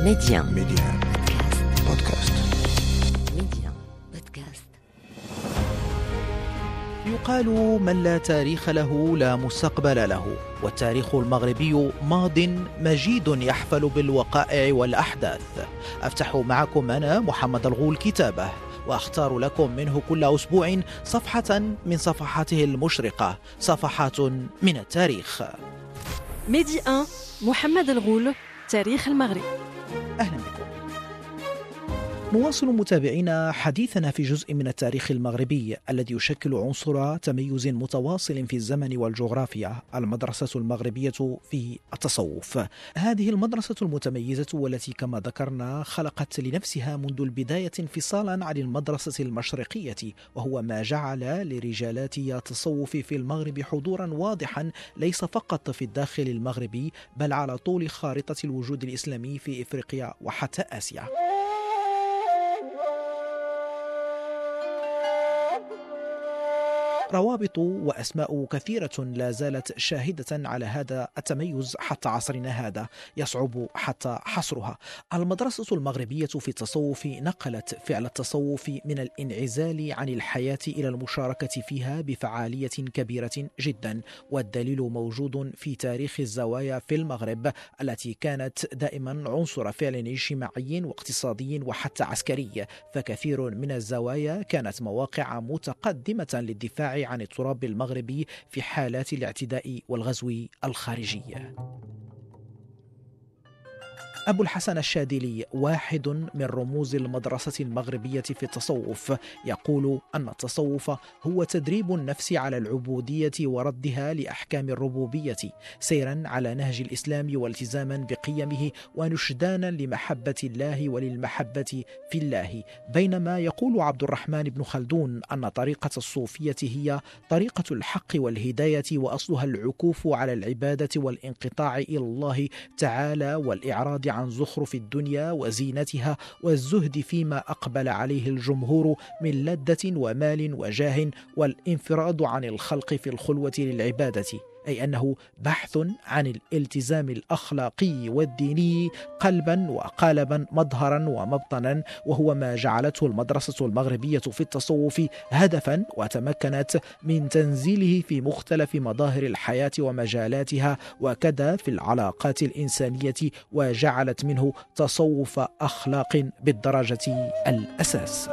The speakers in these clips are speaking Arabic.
Média بودكاست. Média Podcast. يقال من لا تاريخ له لا مستقبل له، والتاريخ المغربي ماض مجيد يحفل بالوقائع والأحداث. أفتح معكم أنا محمد الغول كتابه، وأختار لكم منه كل أسبوع صفحة من صفحاته المشرقة، صفحات من التاريخ. ميدي 1 محمد الغول، تاريخ المغرب. أهلا بكم. نواصل متابعينا حديثنا في جزء من التاريخ المغربي الذي يشكل عنصر تميز متواصل في الزمن والجغرافيا، المدرسة المغربية في التصوف. هذه المدرسة المتميزة والتي كما ذكرنا خلقت لنفسها منذ البداية انفصالا عن المدرسة المشرقية، وهو ما جعل لرجالات التصوف في المغرب حضورا واضحا ليس فقط في الداخل المغربي بل على طول خارطة الوجود الإسلامي في إفريقيا وحتى آسيا. روابط وأسماء كثيرة لا زالت شاهدة على هذا التميز حتى عصرنا هذا، يصعب حتى حصرها. المدرسة المغربية في التصوف نقلت فعل التصوف من الانعزال عن الحياة إلى المشاركة فيها بفعالية كبيرة جدا، والدليل موجود في تاريخ الزوايا في المغرب التي كانت دائما عنصر فعل اجتماعي واقتصادي وحتى عسكري، فكثير من الزوايا كانت مواقع متقدمة للدفاع عن التراب المغربي في حالات الاعتداء والغزو الخارجي. أبو الحسن الشاذلي واحد من رموز المدرسة المغربية في التصوف، يقول أن التصوف هو تدريب النفس على العبودية وردها لأحكام الربوبية، سيرا على نهج الإسلام والتزاما بقيمه ونشدانا لمحبة الله وللمحبة في الله. بينما يقول عبد الرحمن بن خلدون أن طريقة الصوفية هي طريقة الحق والهداية، وأصلها العكوف على العبادة والانقطاع إلى الله تعالى والإعراض عن زخرف الدنيا وزينتها والزهد فيما أقبل عليه الجمهور من لذة ومال وجاه، والانفراد عن الخلق في الخلوة للعبادة، أي أنه بحث عن الالتزام الأخلاقي والديني قلبا وقالبا، مظهرا ومبطنا، وهو ما جعلته المدرسة المغربية في التصوف هدفا، وتمكنت من تنزيله في مختلف مظاهر الحياة ومجالاتها، وكذا في العلاقات الإنسانية، وجعلت منه تصوف أخلاق بالدرجة الأساس.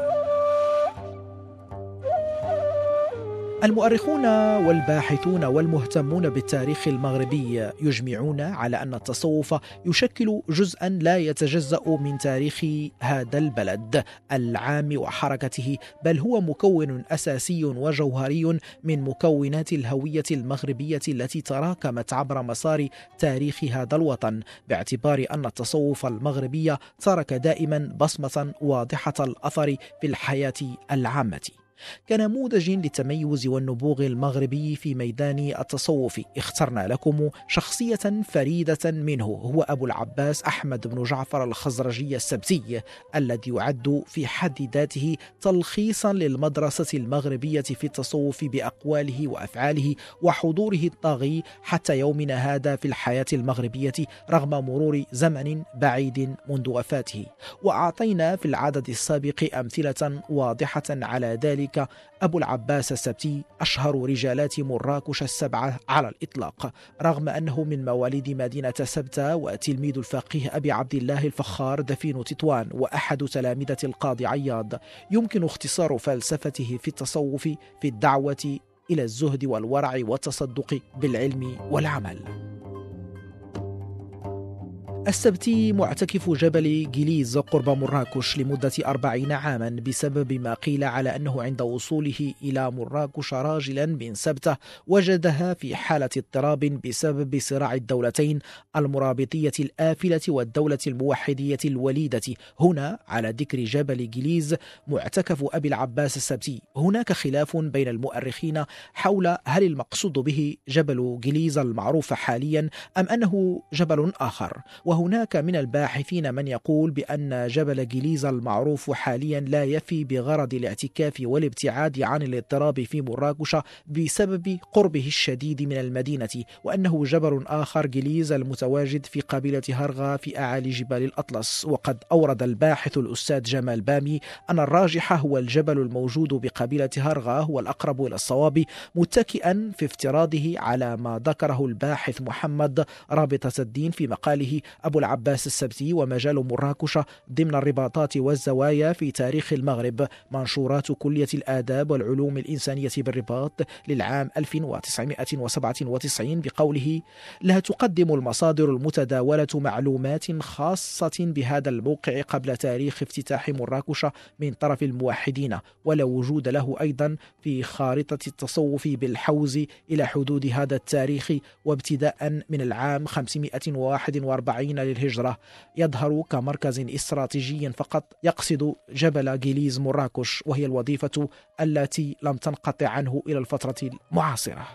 المؤرخون والباحثون والمهتمون بالتاريخ المغربي يجمعون على أن التصوف يشكل جزءا لا يتجزأ من تاريخ هذا البلد العام وحركته، بل هو مكون أساسي وجوهري من مكونات الهوية المغربية التي تراكمت عبر مسار تاريخ هذا الوطن، باعتبار أن التصوف المغربي ترك دائما بصمة واضحة الأثر في الحياة العامة. كنموذج للتميز والنبوغ المغربي في ميدان التصوف اخترنا لكم شخصية فريدة منه، هو أبو العباس أحمد بن جعفر الخزرجي السبتي، الذي يعد في حد ذاته تلخيصا للمدرسة المغربية في التصوف بأقواله وأفعاله وحضوره الطاغي حتى يومنا هذا في الحياة المغربية رغم مرور زمن بعيد منذ وفاته. وأعطينا في العدد السابق أمثلة واضحة على ذلك. أبو العباس السبتي أشهر رجالات مراكش السبعة على الإطلاق، رغم أنه من مواليد مدينة سبتة، وتلميذ الفقيه أبي عبد الله الفخار دفين تطوان، وأحد تلامذة القاضي عياض. يمكن اختصار فلسفته في التصوف في الدعوة إلى الزهد والورع والتصدق بالعلم والعمل. السبتي معتكف جبل جليز قرب مراكش لمدة 40 عاما، بسبب ما قيل على أنه عند وصوله إلى مراكش راجلا من سبتة وجدها في حالة اضطراب بسبب صراع الدولتين المرابطية الآفلة والدولة الموحدية الوليدة. هنا على ذكر جبل جليز معتكف أبي العباس السبتي، هناك خلاف بين المؤرخين حول هل المقصود به جبل جليز المعروف حاليا أم أنه جبل آخر، وهناك من الباحثين من يقول بأن جبل جليز المعروف حاليا لا يفي بغرض الاعتكاف والابتعاد عن الاضطراب في مراكش بسبب قربه الشديد من المدينة، وأنه جبل آخر جليز المتواجد في قبيلة هرغا في أعالي جبال الأطلس. وقد أورد الباحث الأستاذ جمال بامي أن الراجح هو الجبل الموجود بقبيلة هرغا هو الأقرب إلى الصواب، متكئا في افتراضه على ما ذكره الباحث محمد رابطة الدين في مقاله أبو العباس السبتي ومجال مراكش ضمن الرباطات والزوايا في تاريخ المغرب، منشورات كلية الآداب والعلوم الإنسانية بالرباط للعام 1997، بقوله: لا تقدم المصادر المتداولة معلومات خاصة بهذا الموقع قبل تاريخ افتتاح مراكش من طرف الموحدين، ولا وجود له أيضا في خارطة التصوف بالحوز إلى حدود هذا التاريخ وابتداء من العام 541 للهجرة، يظهر كمركز استراتيجي فقط يقصد جبل جليز مراكش، وهي الوظيفة التي لم تنقطع عنه إلى الفترة المعاصرة.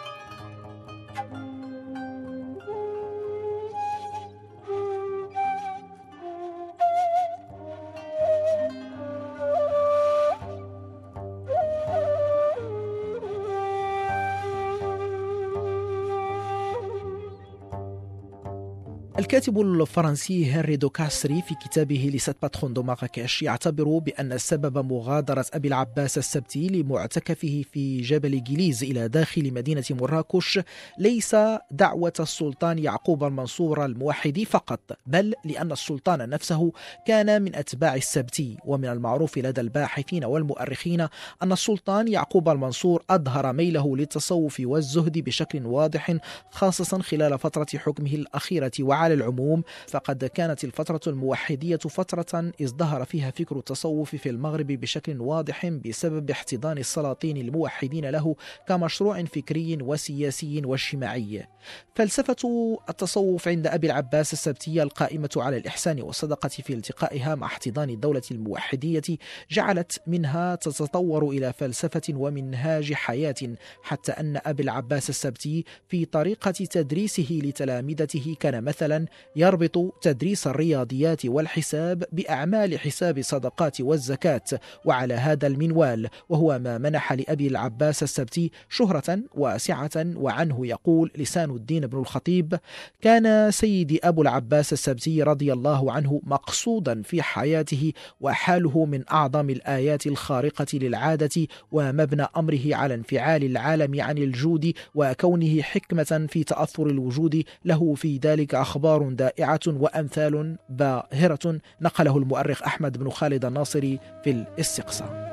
الكاتب الفرنسي هنري دو كاسري في كتابه لسات باترون دو ماراكش يعتبر بأن سبب مغادرة أبي العباس السبتي لمعتكفه في جبل جليز إلى داخل مدينة مراكش ليس دعوة السلطان يعقوب المنصور الموحد فقط، بل لأن السلطان نفسه كان من أتباع السبتي. ومن المعروف لدى الباحثين والمؤرخين أن السلطان يعقوب المنصور أظهر ميله للتصوف والزهد بشكل واضح، خاصة خلال فترة حكمه الأخيرة. وعلى العموم فقد كانت الفترة الموحدية فترة ازدهر فيها فكر التصوف في المغرب بشكل واضح بسبب احتضان السلاطين الموحدين له كمشروع فكري وسياسي واجتماعي. فلسفة التصوف عند أبي العباس السبتي القائمة على الإحسان والصدقة في التقائها مع احتضان الدولة الموحدية جعلت منها تتطور إلى فلسفة ومنهاج حياة، حتى أن أبي العباس السبتي في طريقة تدريسه لتلامذته كان مثلا يربط تدريس الرياضيات والحساب بأعمال حساب الصدقات والزكاة، وعلى هذا المنوال وهو ما منح لأبي العباس السبتي شهرة واسعة. وعنه يقول لسان الدين بن الخطيب: كان سيدي أبو العباس السبتي رضي الله عنه مقصودا في حياته، وحاله من أعظم الآيات الخارقة للعادة، ومبنى أمره على انفعال العالم عن الجود وكونه حكمة في تأثر الوجود، له في ذلك أخبار دائعة وأمثال باهرة، نقله المؤرخ أحمد بن خالد الناصري في الاستقصاء.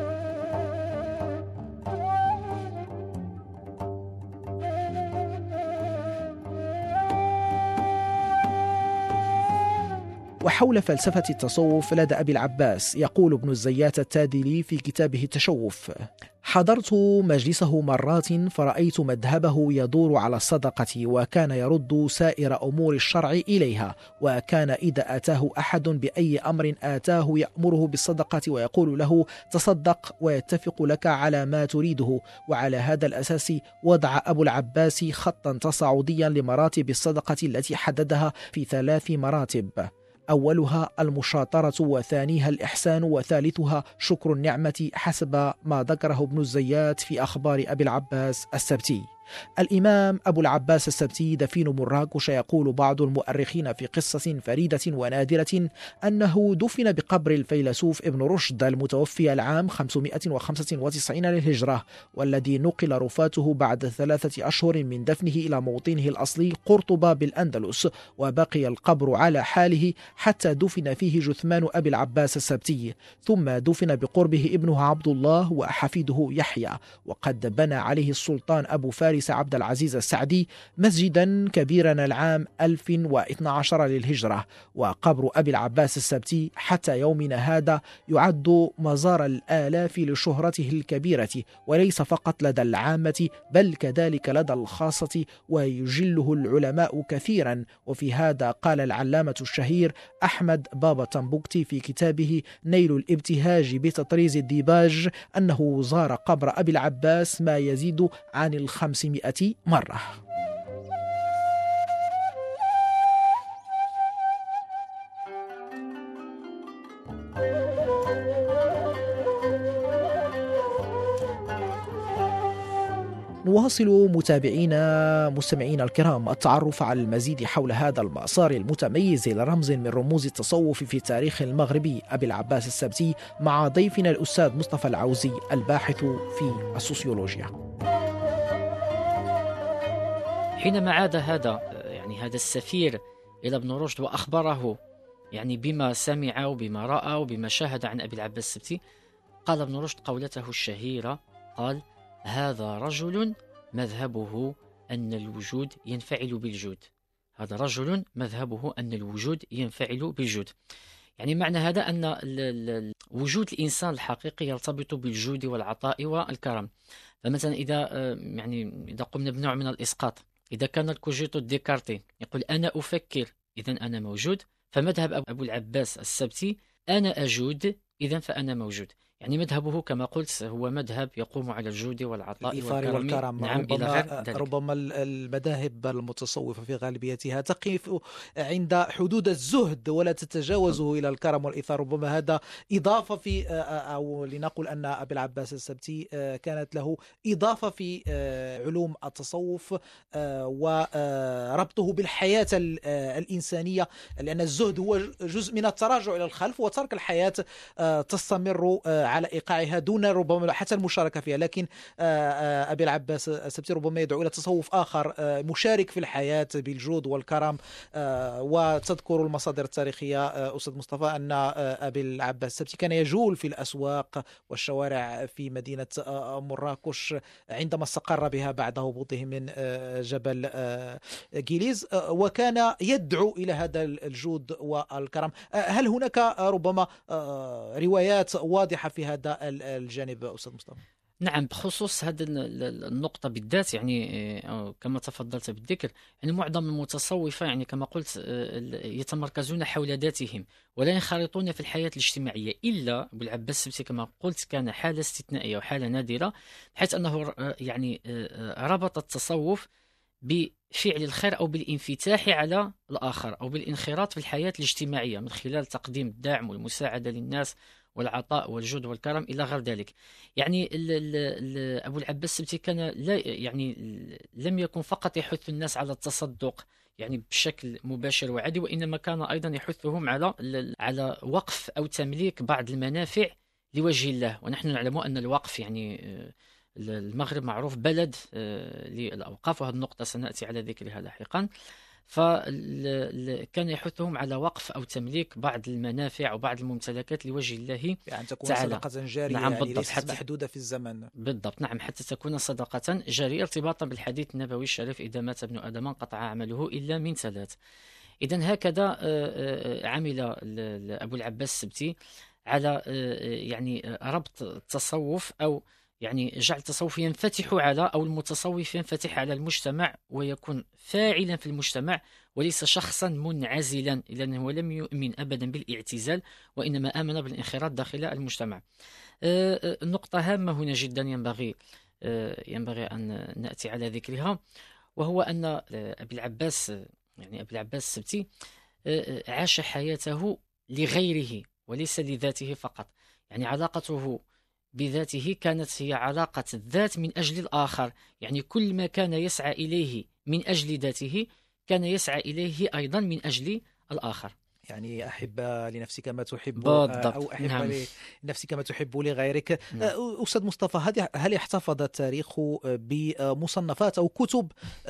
وحول فلسفة التصوف لدى أبي العباس يقول ابن الزيات التادلي في كتابه التشوف: حضرت مجلسه مرات فرأيت مذهبه يدور على الصدقة، وكان يرد سائر أمور الشرع إليها، وكان إذا أتاه أحد بأي أمر آتاه يأمره بالصدقة ويقول له تصدق ويتفق لك على ما تريده. وعلى هذا الأساس وضع أبو العباس خطا تصاعديا لمراتب الصدقة التي حددها في 3 مراتب: أولها المشاطرة، وثانيها الإحسان، وثالثها شكر النعمة، حسب ما ذكره ابن الزيات في أخبار أبي العباس السبتي. الإمام أبو العباس السبتي دفين مراكش. يقول بعض المؤرخين في قصة فريدة ونادرة أنه دفن بقبر الفيلسوف ابن رشد المتوفي العام 595 للهجرة، والذي نقل رفاته بعد 3 أشهر من دفنه إلى موطنه الأصلي قرطبة بالأندلس، وبقي القبر على حاله حتى دفن فيه جثمان أبي العباس السبتي، ثم دفن بقربه ابنه عبد الله وحفيده يحيى. وقد بنى عليه السلطان أبو فارس عبد العزيز السعدي مسجدا كبيرا العام 1012 للهجرة. وقبر أبي العباس السبتي حتى يومنا هذا يعد مزار الآلاف لشهرته الكبيرة، وليس فقط لدى العامة بل كذلك لدى الخاصة، ويجله العلماء كثيرا. وفي هذا قال العلامة الشهير أحمد بابا تنبوكتي في كتابه نيل الابتهاج بتطريز الديباج أنه زار قبر أبي العباس ما يزيد عن 500 مرة. نواصل مستمعينا الكرام التعرف على المزيد حول هذا المسار المتميز لرمز من رموز التصوف في التاريخ المغربي أبي العباس السبتي مع ضيفنا الأستاذ مصطفى العوزي الباحث في السوسيولوجيا. حينما عاد هذا السفير إلى ابن رشد وأخبره بما سمع وبما رأى وبما شاهد عن أبي العباس السبتي، قال ابن رشد قولته الشهيرة، قال: هذا رجل مذهبه أن الوجود ينفعل بالجود. هذا رجل مذهبه أن الوجود ينفعل بالجود. معنى هذا أن وجود الإنسان الحقيقي يرتبط بالجود والعطاء والكرم. فمثلا إذا قمنا بنوع من الإسقاط، إذا كان الكوجيتو ديكارتي يقول أنا أفكر إذا أنا موجود، فمذهب أبو العباس السبتي أنا أجود إذا فأنا موجود. مذهبه كما قلت هو مذهب يقوم على الجود والعطاء والكرم. نعم، إلى غير ذلك. ربما المذاهب المتصوفة في غالبيتها تقف عند حدود الزهد ولا تتجاوزه إلى الكرم والإيثار. ربما هذا إضافة في أو لنقل أن أبي العباس السبتي كانت له إضافة في علوم التصوف وربطه بالحياة الإنسانية، لأن الزهد هو جزء من التراجع إلى الخلف وترك الحياة تستمر على إيقاعها دون ربما حتى المشاركة فيها. لكن أبي العباس السبتي ربما يدعو إلى تصوف آخر مشارك في الحياة بالجود والكرم. وتذكر المصادر التاريخية أستاذ مصطفى أن أبي العباس السبتي كان يجول في الأسواق والشوارع في مدينة مراكش عندما استقر بها بعد هبوطه من جبل جيليز، وكان يدعو إلى هذا الجود والكرم. هل هناك ربما روايات واضحة في هذا الجانب أستاذ مصطفى؟ نعم، بخصوص هذه النقطة بالذات كما تفضلت بالذكر، معظم المتصوفة كما قلت يتمركزون حول ذاتهم ولا ينخرطون في الحياة الاجتماعية. إلا أبو العباس السبتي كما قلت كان حالة استثنائية وحالة نادرة، حيث أنه ربط التصوف بفعل الخير أو بالانفتاح على الآخر أو بالانخراط في الحياة الاجتماعية من خلال تقديم الدعم والمساعدة للناس والعطاء والجود والكرم إلى غير ذلك. أبو العباس السبتي كان لا لم يكن فقط يحث الناس على التصدق بشكل مباشر وعادي، وإنما كان أيضا يحثهم على وقف أو تمليك بعض المنافع لوجه الله. ونحن نعلم أن الوقف المغرب معروف بلد للأوقاف، وهذه النقطة سنأتي على ذكرها لاحقا. فكان يحثهم على وقف أو تمليك بعض المنافع أو بعض الممتلكات لوجه الله تكون تعالى. صدقة جارية، نعم بالضبط، ليست محدودة في الزمن. بالضبط، نعم، حتى تكون صدقة جارية ارتباطا بالحديث النبوي الشريف: إذا مات ابن آدم انقطع عمله إلا من ثلاث. إذن هكذا عمل أبو العباس السبتي على ربط التصوف أو جعل التصوف ينفتح على، أو المتصوف ينفتح على المجتمع ويكون فاعلا في المجتمع وليس شخصا منعزلا، لأنه لم يؤمن أبدا بالاعتزال وإنما آمن بالانخراط داخل المجتمع. نقطة هامة هنا جدا ينبغي أن نأتي على ذكرها، وهو أن أبي العباس السبتي عاش حياته لغيره وليس لذاته فقط. علاقته بذاته كانت هي علاقة الذات من أجل الآخر. كل ما كان يسعى إليه من أجل ذاته كان يسعى إليه أيضا من أجل الآخر. أحب لنفسك ما تحب، بالضبط. أو أحب نعم. لنفسك ما تحب لغيرك. نعم. أستاذ مصطفى، هل احتفظ التاريخ بمصنفات أو كتب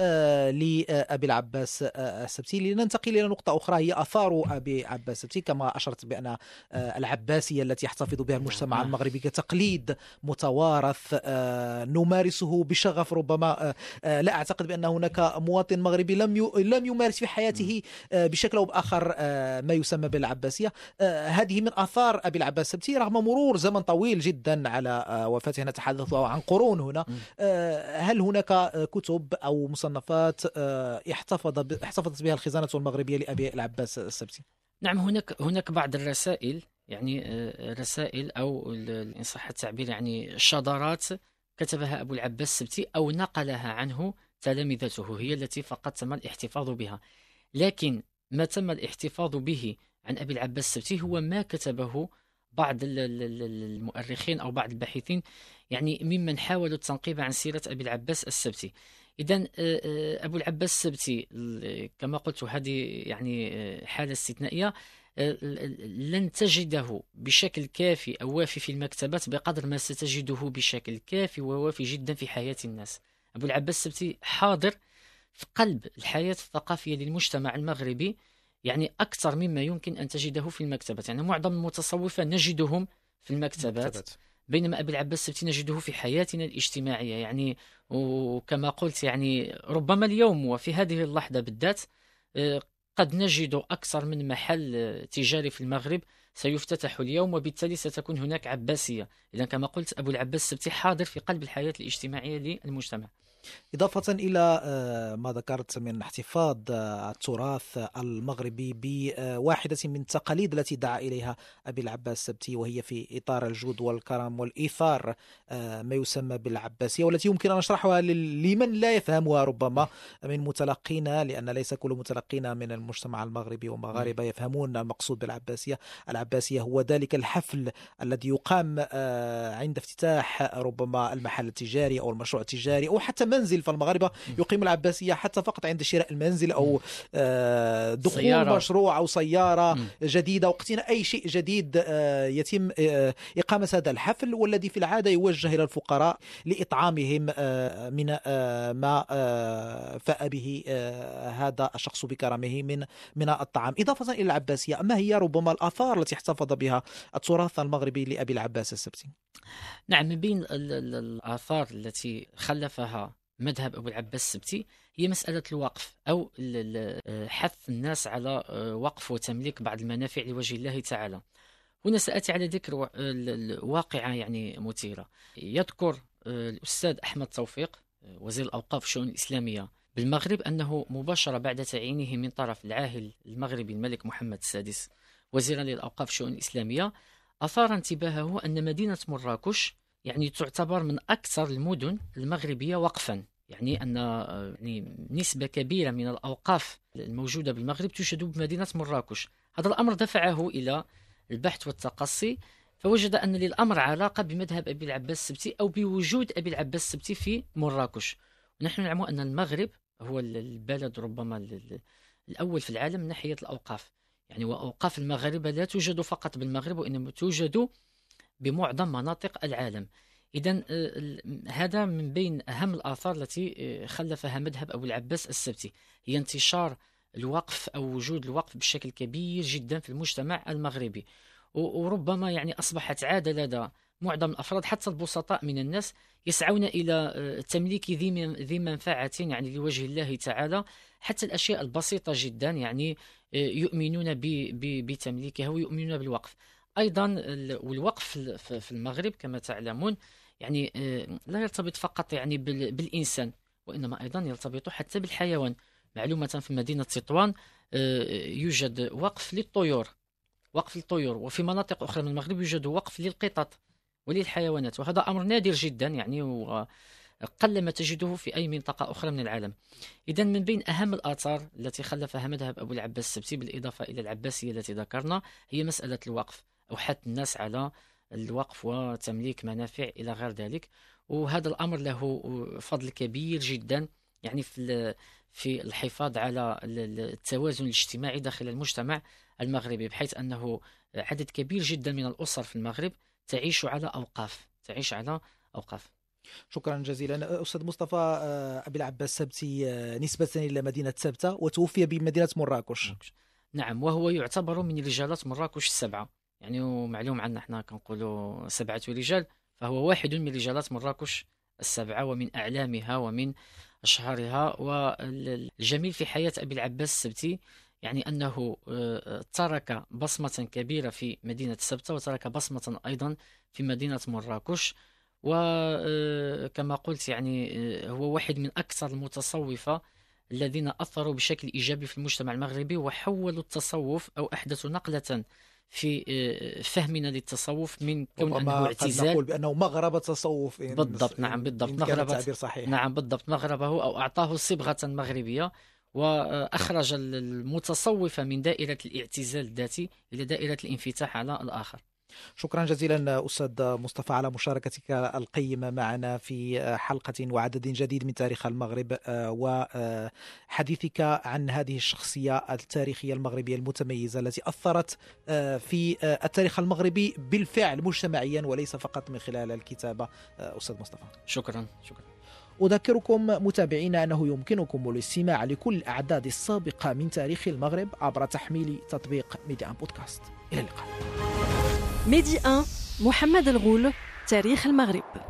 لأبي العباس السبتي؟ لننتقل إلى نقطة أخرى هي آثار أبي العباس السبتي، كما أشرت بأن العباسية التي يحتفظ بها المجتمع المغربي كتقليد متوارث نمارسه بشغف. ربما لا أعتقد بأن هناك مواطن مغربي لم يمارس في حياته بشكل أو بآخر ما يسمى بالعباسية. هذه من آثار أبي العباس السبتي رغم مرور زمن طويل جدا على وفاته، نتحدث عن قرون هنا. هل هناك كتب أو مصنفات احتفظت بها الخزانة المغربية لأبي العباس السبتي؟ نعم، هناك بعض الرسائل، رسائل أو إن صح التعبير شذرات كتبها أبو العباس السبتي أو نقلها عنه تلامذته، هي التي فقط تم الاحتفاظ بها. لكن ما تم الاحتفاظ به عن أبي العباس السبتي هو ما كتبه بعض المؤرخين أو بعض الباحثين يعني ممن حاولوا التنقيب عن سيرة أبي العباس السبتي. إذن أبو العباس السبتي كما قلت هذه يعني حالة استثنائية، لن تجده بشكل كافي أو وافي في المكتبات بقدر ما ستجده بشكل كافي ووافي جدا في حياة الناس. أبو العباس السبتي حاضر في قلب الحياة الثقافية للمجتمع المغربي يعني أكثر مما يمكن أن تجده في المكتبات. يعني معظم المتصوفة نجدهم في المكتبات، بينما أبي العباس السبتي نجده في حياتنا الاجتماعية. يعني وكما قلت يعني ربما اليوم وفي هذه اللحظة بالذات قد نجد أكثر من محل تجاري في المغرب سيفتتح اليوم، وبالتالي ستكون هناك عباسية. إذن كما قلت أبو العباس السبتي حاضر في قلب الحياة الاجتماعية للمجتمع. إضافة إلى ما ذكرت من احتفاظ التراث المغربي بواحدة من التقاليد التي دعا إليها أبي العباس السبتي، وهي في إطار الجود والكرم والإيثار، ما يسمى بالعباسية، والتي يمكن أن نشرحها لمن لا يفهمها ربما من متلقينا، لأن ليس كل متلقينا من المجتمع المغربي ومغاربة يفهمون المقصود بالعباسية. العباسية هو ذلك الحفل الذي يقام عند افتتاح ربما المحل التجاري أو المشروع التجاري أو حتى منزل. فالمغاربة يقيم العباسية حتى فقط عند شراء المنزل أو دخول سيارة. مشروع أو سيارة جديدة واقتناء أي شيء جديد، يتم إقامة هذا الحفل، والذي في العادة يوجه إلى الفقراء لإطعامهم من ما فاء به هذا الشخص بكرمه من الطعام. إضافة إلى العباسية، ما هي ربما الآثار التي احتفظ بها التراث المغربي لأبي العباس السبتي؟ نعم، من بين الآثار التي خلفها مذهب أبو العباس السبتي هي مسألة الوقف أو حث الناس على وقف وتمليك بعض المنافع لوجه الله تعالى. هنا سأتي على ذكر واقعة يعني مثيرة. يذكر الأستاذ أحمد توفيق وزير الأوقاف والشؤون الإسلامية بالمغرب أنه مباشرة بعد تعيينه من طرف العاهل المغربي الملك محمد السادس وزيرا للأوقاف والشؤون الإسلامية أثار انتباهه أن مدينة مراكش يعني تعتبر من أكثر المدن المغربية وقفا، يعني أن يعني نسبة كبيرة من الأوقاف الموجودة بالمغرب توجد بمدينة مراكش. هذا الأمر دفعه إلى البحث والتقصي، فوجد أن للأمر علاقة بمذهب أبي العباس السبتي أو بوجود أبي العباس السبتي في مراكش. ونحن نعلم أن المغرب هو البلد ربما الأول في العالم من ناحية الأوقاف، يعني وأوقاف المغاربة لا توجد فقط بالمغرب وإنما توجد بمعظم مناطق العالم. إذن هذا من بين أهم الآثار التي خلفها مذهب أبو العباس السبتي، هي انتشار الوقف أو وجود الوقف بشكل كبير جدا في المجتمع المغربي، وربما يعني أصبحت عادة لدى معظم الأفراد حتى البسطاء من الناس يسعون إلى تمليك ذي منفعة يعني لوجه الله تعالى، حتى الأشياء البسيطة جدا يعني يؤمنون بتمليكها ويؤمنون بالوقف أيضا. والوقف في المغرب كما تعلمون يعني لا يرتبط فقط يعني بالإنسان، وإنما أيضا يرتبط حتى بالحيوان. معلومة في مدينة تطوان يوجد وقف للطيور، وفي مناطق أخرى من المغرب يوجد وقف للقطط وللحيوانات، وهذا أمر نادر جدا يعني وقلما تجده في أي منطقة أخرى من العالم. إذن من بين أهم الآثار التي خلفها مذهب أبو العباس السبتي بالإضافة إلى العباسية التي ذكرنا هي مسألة الوقف أو حث الناس على الوقف وتمليك منافع إلى غير ذلك. وهذا الأمر له فضل كبير جدا يعني في الحفاظ على التوازن الاجتماعي داخل المجتمع المغربي، بحيث أنه عدد كبير جدا من الأسر في المغرب تعيش على أوقاف. شكرا جزيلا أستاذ مصطفى. أبي العباس السبتي نسبة إلى مدينة سبتة وتوفي بمدينة مراكش. نعم، وهو يعتبر من رجالات مراكش السبعة، يعني ومعلوم عنا احنا كنقولوا 7 رجال، فهو واحد من رجالات مراكش السبعة ومن أعلامها ومن أشهرها. والجميل في حياة أبي العباس السبتي يعني أنه ترك بصمة كبيرة في مدينة سبتة وترك بصمة أيضا في مدينة مراكش. وكما قلت يعني هو واحد من أكثر المتصوفة الذين أثروا بشكل إيجابي في المجتمع المغربي وحولوا التصوف أو أحدثوا نقلة في فهمنا للتصوف من كون أنه اعتزال. نقول بأنه مغرب التصوف بالضبط. نعم بالضبط مغربه أو أعطاه صبغة مغربية، وأخرج المتصوف من دائرة الاعتزال الذاتي إلى دائرة الانفتاح على الآخر. شكرا جزيلا أستاذ مصطفى على مشاركتك القيمة معنا في حلقة وعدد جديد من تاريخ المغرب، وحديثك عن هذه الشخصية التاريخية المغربية المتميزة التي أثرت في التاريخ المغربي بالفعل مجتمعيا وليس فقط من خلال الكتابة. أستاذ مصطفى شكرا. أذكركم متابعينا أنه يمكنكم الاستماع لكل الأعداد السابقة من تاريخ المغرب عبر تحميل تطبيق ميدي 1 بودكاست. إلى اللقاء. ميدي 1 محمد الغول، تاريخ المغرب.